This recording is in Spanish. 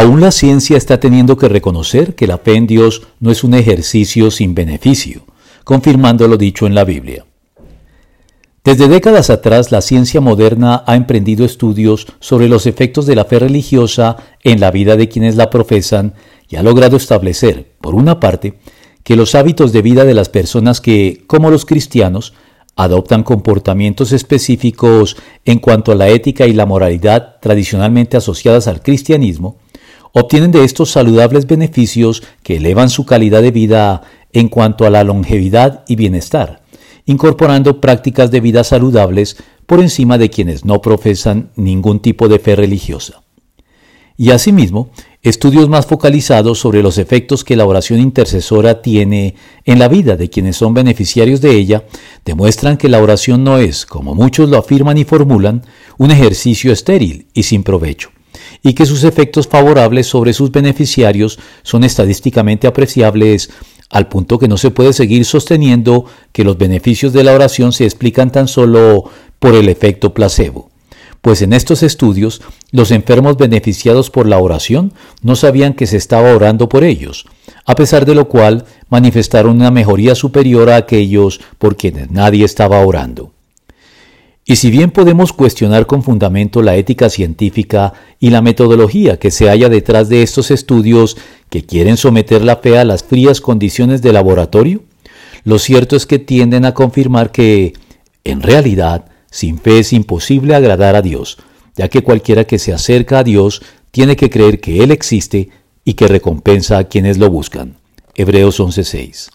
Aún la ciencia está teniendo que reconocer que la fe en Dios no es un ejercicio sin beneficio, confirmando lo dicho en la Biblia. Desde décadas atrás, la ciencia moderna ha emprendido estudios sobre los efectos de la fe religiosa en la vida de quienes la profesan y ha logrado establecer, por una parte, que los hábitos de vida de las personas que, como los cristianos, adoptan comportamientos específicos en cuanto a la ética y la moralidad tradicionalmente asociadas al cristianismo, obtienen de estos saludables beneficios que elevan su calidad de vida en cuanto a la longevidad y bienestar, incorporando prácticas de vida saludables por encima de quienes no profesan ningún tipo de fe religiosa. Y asimismo, estudios más focalizados sobre los efectos que la oración intercesora tiene en la vida de quienes son beneficiarios de ella, demuestran que la oración no es, como muchos lo afirman y formulan, un ejercicio estéril y sin provecho, y que sus efectos favorables sobre sus beneficiarios son estadísticamente apreciables al punto que no se puede seguir sosteniendo que los beneficios de la oración se explican tan solo por el efecto placebo. Pues en estos estudios, los enfermos beneficiados por la oración no sabían que se estaba orando por ellos, a pesar de lo cual manifestaron una mejoría superior a aquellos por quienes nadie estaba orando. Y si bien podemos cuestionar con fundamento la ética científica y la metodología que se halla detrás de estos estudios que quieren someter la fe a las frías condiciones de laboratorio, lo cierto es que tienden a confirmar que, en realidad, sin fe es imposible agradar a Dios, ya que cualquiera que se acerca a Dios tiene que creer que Él existe y que recompensa a quienes lo buscan. Hebreos 11:6.